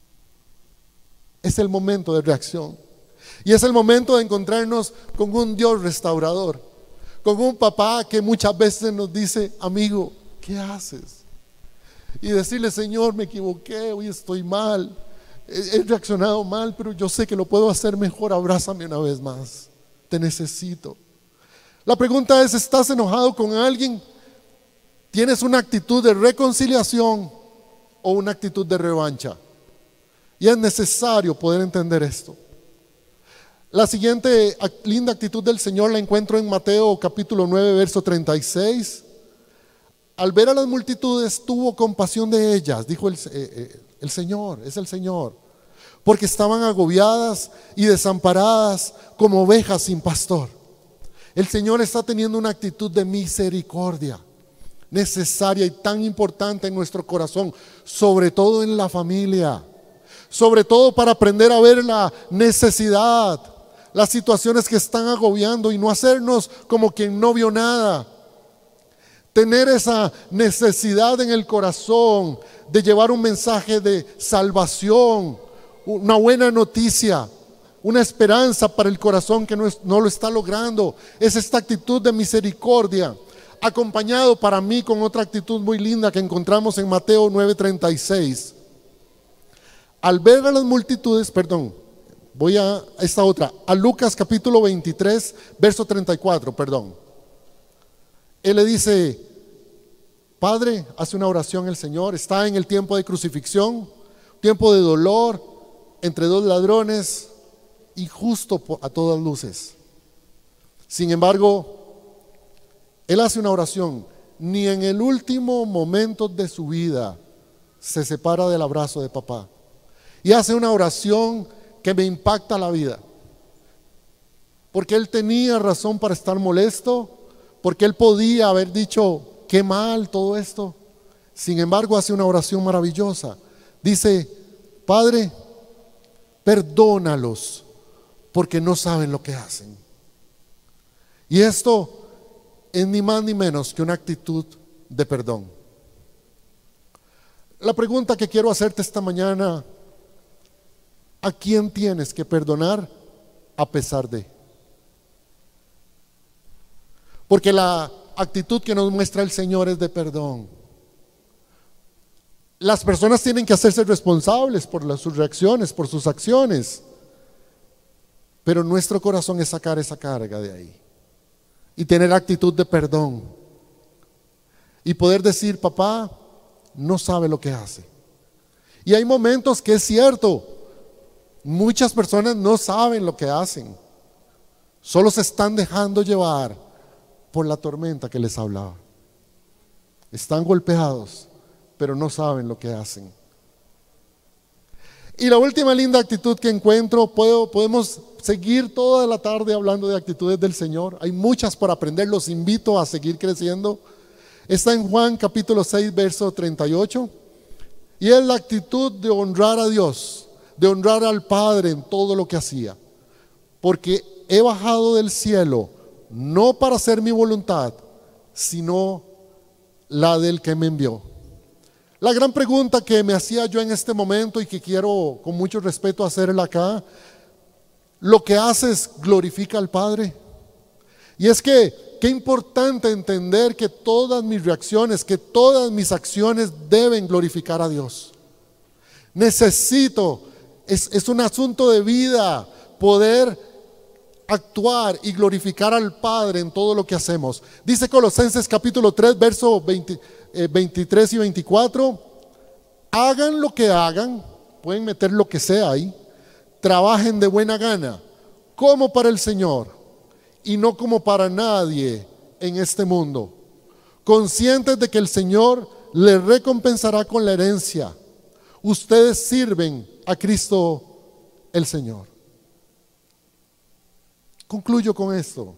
Es el momento de reacción. Y es el momento de encontrarnos con un Dios restaurador, con un papá que muchas veces nos dice: amigo, ¿qué haces? Y decirle: Señor, me equivoqué, hoy estoy mal, he reaccionado mal, pero yo sé que lo puedo hacer mejor, abrázame una vez más, te necesito. La pregunta es: ¿estás enojado con alguien? ¿Tienes una actitud de reconciliación o una actitud de revancha? Y es necesario poder entender esto. La siguiente linda actitud del Señor la encuentro en Mateo capítulo 9, verso 36. Al ver a las multitudes, tuvo compasión de ellas, dijo el Señor, es el Señor, porque estaban agobiadas y desamparadas como ovejas sin pastor. El Señor está teniendo una actitud de misericordia, necesaria y tan importante en nuestro corazón, sobre todo en la familia, sobre todo para aprender a ver la necesidad, las situaciones que están agobiando y no hacernos como quien no vio nada. Tener esa necesidad en el corazón de llevar un mensaje de salvación, una buena noticia, una esperanza para el corazón que no lo está logrando. Es esta actitud de misericordia, acompañado para mí con otra actitud muy linda que encontramos en Mateo 9:36. Al ver a las multitudes, voy a esta otra, a Lucas capítulo 23, verso 34, Él le dice, Padre, hace una oración el Señor, está en el tiempo de crucifixión, tiempo de dolor, entre dos ladrones, injusto a todas luces. Sin embargo, Él hace una oración, ni en el último momento de su vida se separa del abrazo de papá. Y hace una oración que me impacta la vida. Porque Él tenía razón para estar molesto, porque Él podía haber dicho, qué mal todo esto. Sin embargo, hace una oración maravillosa. Dice, Padre, perdónalos, porque no saben lo que hacen. Y esto es ni más ni menos que una actitud de perdón. La pregunta que quiero hacerte esta mañana, ¿a quién tienes que perdonar a pesar de? Porque la actitud que nos muestra el Señor es de perdón. Las personas tienen que hacerse responsables por sus reacciones, por sus acciones. Pero nuestro corazón es sacar esa carga de ahí y tener actitud de perdón y poder decir, papá no sabe lo que hace. Y hay momentos que es cierto, muchas personas no saben lo que hacen, solo se están dejando llevar por la tormenta que les hablaba. Están golpeados, pero no saben lo que hacen. Y la última linda actitud que encuentro, podemos seguir toda la tarde hablando de actitudes del Señor. Hay muchas por aprender, los invito a seguir creciendo. Está en Juan capítulo 6, verso 38. Y es la actitud de honrar a Dios, de honrar al Padre en todo lo que hacía. Porque he bajado del cielo, no para hacer mi voluntad, sino la del que me envió. La gran pregunta que me hacía yo en este momento y que quiero con mucho respeto hacerla acá, ¿lo que haces glorifica al Padre? Y es que, qué importante entender que todas mis reacciones, que todas mis acciones deben glorificar a Dios. Necesito, es un asunto de vida, poder actuar y glorificar al Padre en todo lo que hacemos. Dice Colosenses capítulo 3, verso 23 y 24, hagan lo que hagan, pueden meter lo que sea ahí, trabajen de buena gana, como para el Señor y no como para nadie en este mundo, conscientes de que el Señor les recompensará con la herencia. Ustedes sirven a Cristo el Señor. Concluyo con esto.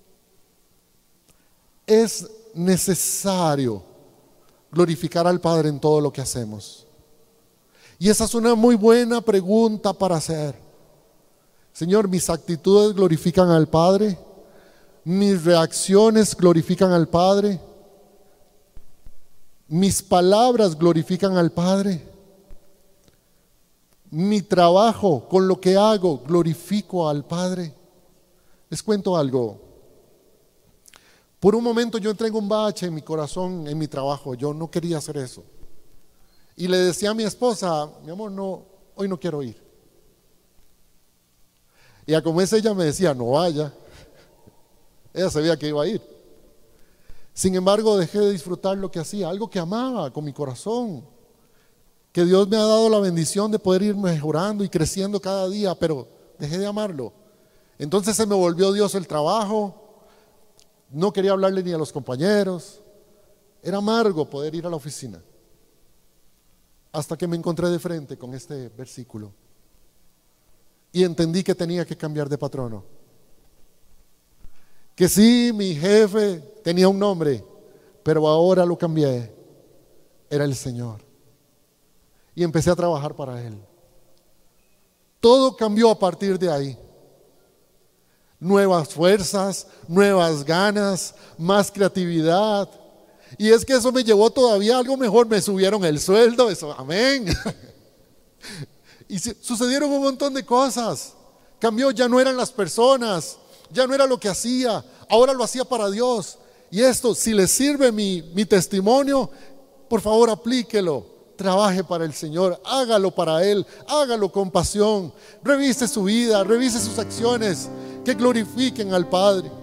Es necesario glorificar al Padre en todo lo que hacemos. Y esa es una muy buena pregunta para hacer. Señor, mis actitudes glorifican al Padre, mis reacciones glorifican al Padre, mis palabras glorifican al Padre, mi trabajo con lo que hago glorifico al Padre. Les cuento algo. Por un momento yo entré en un bache en mi corazón, en mi trabajo. Yo no quería hacer eso. Y le decía a mi esposa, mi amor, no, hoy no quiero ir. Y a como es ella me decía, no vaya. Ella sabía que iba a ir. Sin embargo, dejé de disfrutar lo que hacía, algo que amaba con mi corazón. Que Dios me ha dado la bendición de poder ir mejorando y creciendo cada día, pero dejé de amarlo. Entonces se me volvió Dios el trabajo. No quería hablarle ni a los compañeros. Era amargo poder ir a la oficina. Hasta que me encontré de frente con este versículo. Y entendí que tenía que cambiar de patrono. Que sí, mi jefe tenía un nombre, pero ahora lo cambié. Era el Señor. Y empecé a trabajar para Él. Todo cambió a partir de ahí. Nuevas fuerzas, nuevas ganas, más creatividad. Y es que eso me llevó todavía a algo mejor. Me subieron el sueldo, eso, amén. Y sucedieron un montón de cosas. Cambió, ya no eran las personas, ya no era lo que hacía, ahora lo hacía para Dios. Y esto, si le sirve mi testimonio, por favor aplíquelo, trabaje para el Señor, hágalo para Él, hágalo con pasión, revise su vida, revise sus acciones, que glorifiquen al Padre.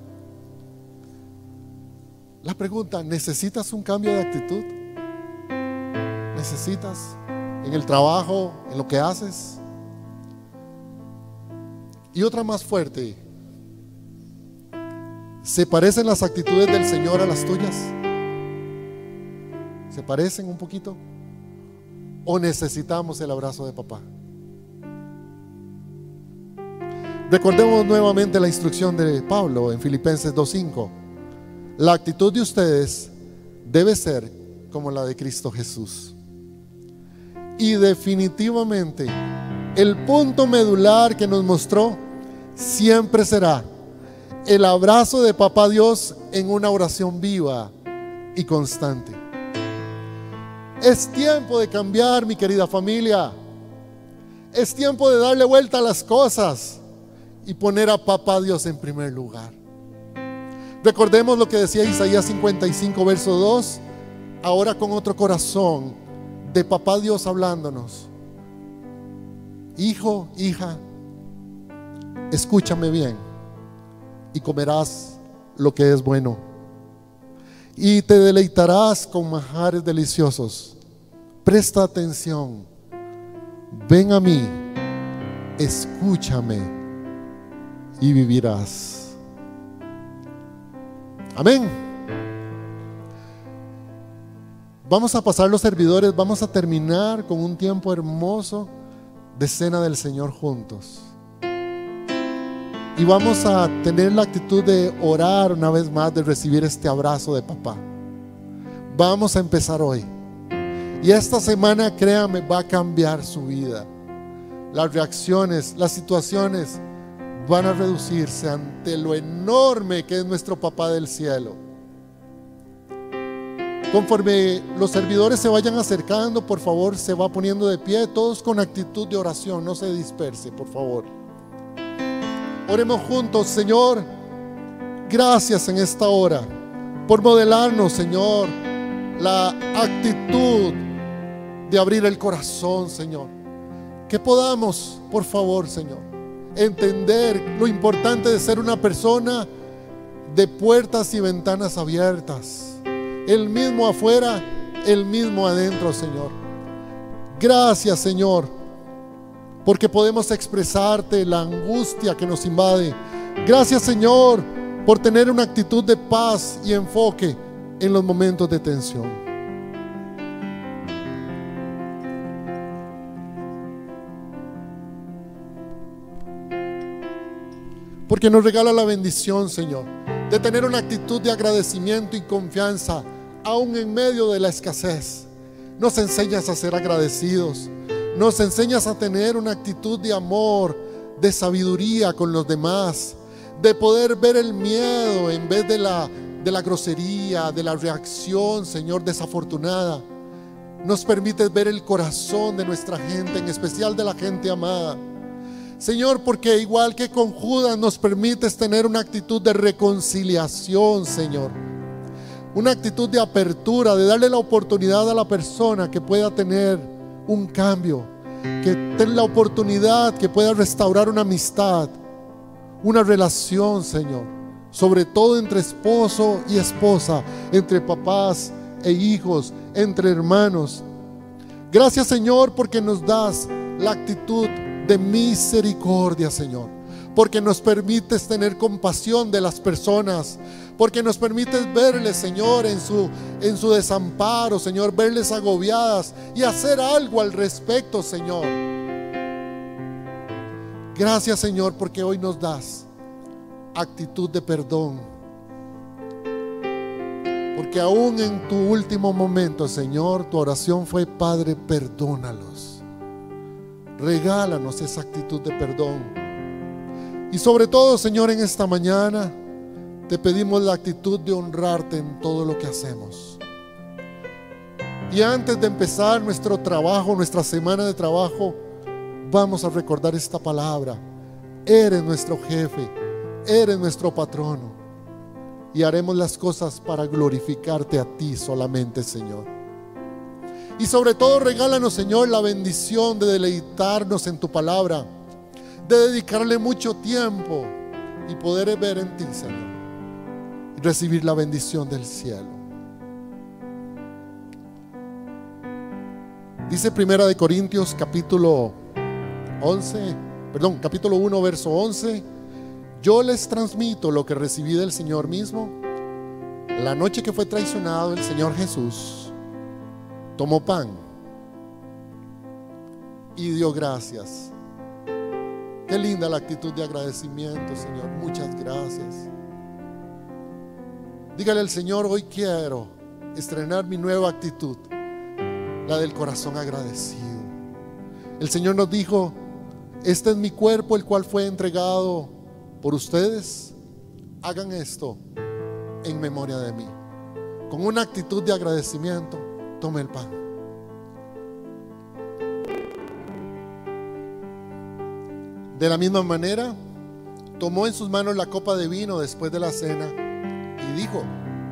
La pregunta, ¿necesitas un cambio de actitud? ¿Necesitas en el trabajo, en lo que haces? Y otra más fuerte, ¿se parecen las actitudes del Señor a las tuyas? ¿Se parecen un poquito? ¿O necesitamos el abrazo de papá? Recordemos nuevamente la instrucción de Pablo en Filipenses 2:5. La actitud de ustedes debe ser como la de Cristo Jesús. Y definitivamente el punto medular que nos mostró siempre será el abrazo de Papá Dios en una oración viva y constante. Es tiempo de cambiar, mi querida familia. Es tiempo de darle vuelta a las cosas y poner a Papá Dios en primer lugar. Recordemos lo que decía Isaías 55, verso 2, ahora con otro corazón de Papá Dios hablándonos. Hijo, hija, escúchame bien y comerás lo que es bueno y te deleitarás con manjares deliciosos. Presta atención, ven a mí, escúchame y vivirás. Amén. Vamos a pasar los servidores, vamos a terminar con un tiempo hermoso de cena del Señor juntos. Y vamos a tener la actitud de orar una vez más, de recibir este abrazo de papá. Vamos a empezar hoy. Y esta semana, créame, va a cambiar su vida. Las reacciones, las situaciones van a reducirse ante lo enorme que es nuestro papá del cielo. Conforme los servidores se vayan acercando, por favor, se va poniendo de pie, todos con actitud de oración, no se disperse, por favor. Oremos juntos. Señor, gracias en esta hora por modelarnos, Señor, la actitud de abrir el corazón, Señor. Que podamos, por favor, Señor, entender lo importante de ser una persona de puertas y ventanas abiertas. El mismo afuera, el mismo adentro, Señor. Gracias, Señor, porque podemos expresarte la angustia que nos invade. Gracias, Señor, por tener una actitud de paz y enfoque en los momentos de tensión. Porque nos regala la bendición, Señor, de tener una actitud de agradecimiento y confianza aún en medio de la escasez. Nos enseñas a ser agradecidos. Nos enseñas a tener una actitud de amor, de sabiduría con los demás, de poder ver el miedo en vez de la grosería, de la reacción, Señor, desafortunada. Nos permites ver el corazón de nuestra gente, en especial de la gente amada. Señor, porque igual que con Judas nos permites tener una actitud de reconciliación, Señor. Una actitud de apertura, de darle la oportunidad a la persona que pueda tener un cambio, que tenga la oportunidad que pueda restaurar una amistad, una relación, Señor, sobre todo entre esposo y esposa, entre papás e hijos, entre hermanos. Gracias, Señor, porque nos das la actitud de misericordia, Señor, porque nos permites tener compasión de las personas, porque nos permites verles, Señor, en su desamparo, Señor, verles agobiadas y hacer algo al respecto, Señor. Gracias, Señor, porque hoy nos das actitud de perdón, porque aún en tu último momento, Señor, tu oración fue: Padre, perdónalos. Regálanos esa actitud de perdón. Y sobre todo, Señor, en esta mañana te pedimos la actitud de honrarte en todo lo que hacemos. Y antes de empezar nuestro trabajo, nuestra semana de trabajo, vamos a recordar esta palabra: Eres nuestro jefe, eres nuestro patrono, y haremos las cosas para glorificarte a ti solamente, Señor. Y sobre todo regálanos, Señor, la bendición de deleitarnos en tu palabra, de dedicarle mucho tiempo y poder ver en ti, Señor, y recibir la bendición del cielo. Dice Primera de Corintios capítulo 1, verso 11: yo les transmito lo que recibí del Señor mismo. La noche que fue traicionado, el Señor Jesús tomó pan y dio gracias. Qué linda la actitud de agradecimiento, Señor. Muchas gracias. Dígale al Señor: hoy quiero estrenar mi nueva actitud, la del corazón agradecido. El Señor nos dijo: este es mi cuerpo, el cual fue entregado por ustedes. Hagan esto en memoria de mí. Con una actitud de agradecimiento, tome el pan. De la misma manera, tomó en sus manos la copa de vino después de la cena y dijo: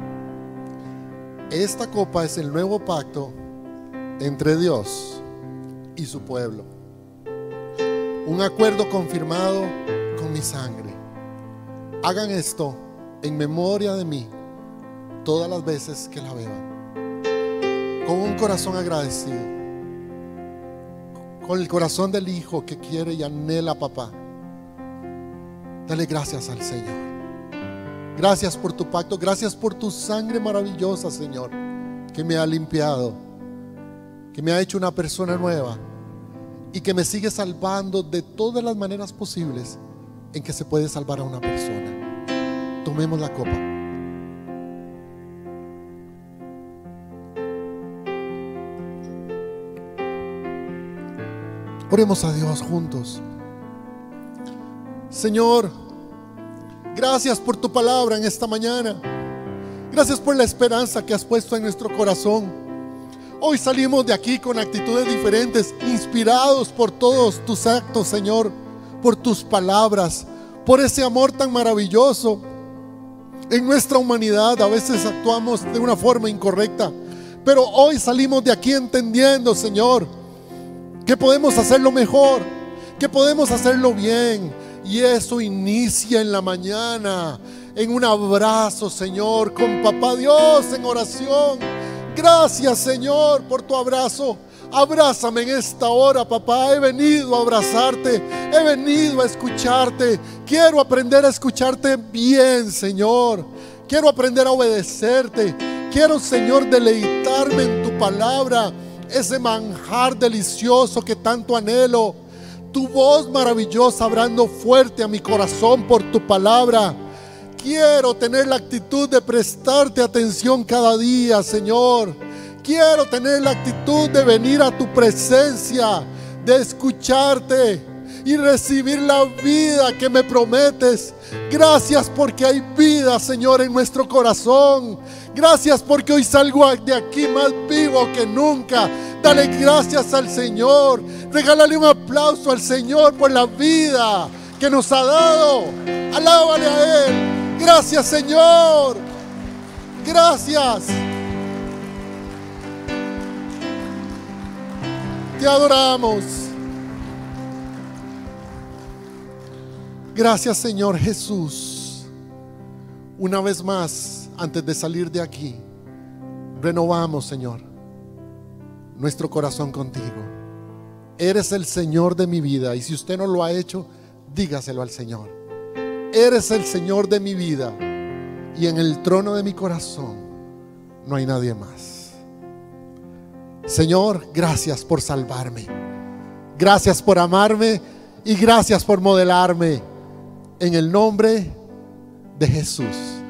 esta copa es el nuevo pacto entre Dios y su pueblo, un acuerdo confirmado con mi sangre. Hagan esto en memoria de mí todas las veces que la beban. Con un corazón agradecido, con el corazón del hijo que quiere y anhela a papá, dale gracias al Señor. Gracias por tu pacto, gracias por tu sangre maravillosa, Señor, que me ha limpiado, que me ha hecho una persona nueva y que me sigue salvando de todas las maneras posibles en que se puede salvar a una persona. Tomemos la copa. Oremos a Dios juntos. Señor, gracias por tu palabra en esta mañana. Gracias por la esperanza que has puesto en nuestro corazón. Hoy salimos de aquí con actitudes diferentes, inspirados por todos tus actos, Señor, por tus palabras, por ese amor tan maravilloso. En nuestra humanidad a veces actuamos de una forma incorrecta, pero hoy salimos de aquí entendiendo, Señor, que podemos hacerlo mejor, que podemos hacerlo bien. Y eso inicia en la mañana, en un abrazo, Señor, con Papá Dios, en oración. Gracias, Señor, por tu abrazo. Abrázame en esta hora, papá. He venido a abrazarte, he venido a escucharte. Quiero aprender a escucharte bien, Señor. Quiero aprender a obedecerte. Quiero, Señor, deleitarme en tu palabra, ese manjar delicioso que tanto anhelo. Tu voz maravillosa hablando fuerte a mi corazón por tu palabra. Quiero tener la actitud de prestarte atención cada día, Señor. Quiero tener la actitud de venir a tu presencia, de escucharte y recibir la vida que me prometes. Gracias porque hay vida, Señor, en nuestro corazón. Gracias porque hoy salgo de aquí más vivo que nunca. Dale gracias al Señor. Regálale un aplauso al Señor por la vida que nos ha dado. Alábale a Él. Gracias, Señor. Gracias. Te adoramos. Gracias, Señor Jesús. Una vez más, antes de salir de aquí, renovamos, Señor, nuestro corazón contigo. Eres el Señor de mi vida, y si usted no lo ha hecho, dígaselo al Señor. Eres el Señor de mi vida, y en el trono de mi corazón no hay nadie más. Señor, gracias por salvarme. Gracias por amarme y gracias por modelarme. En el nombre de Jesús.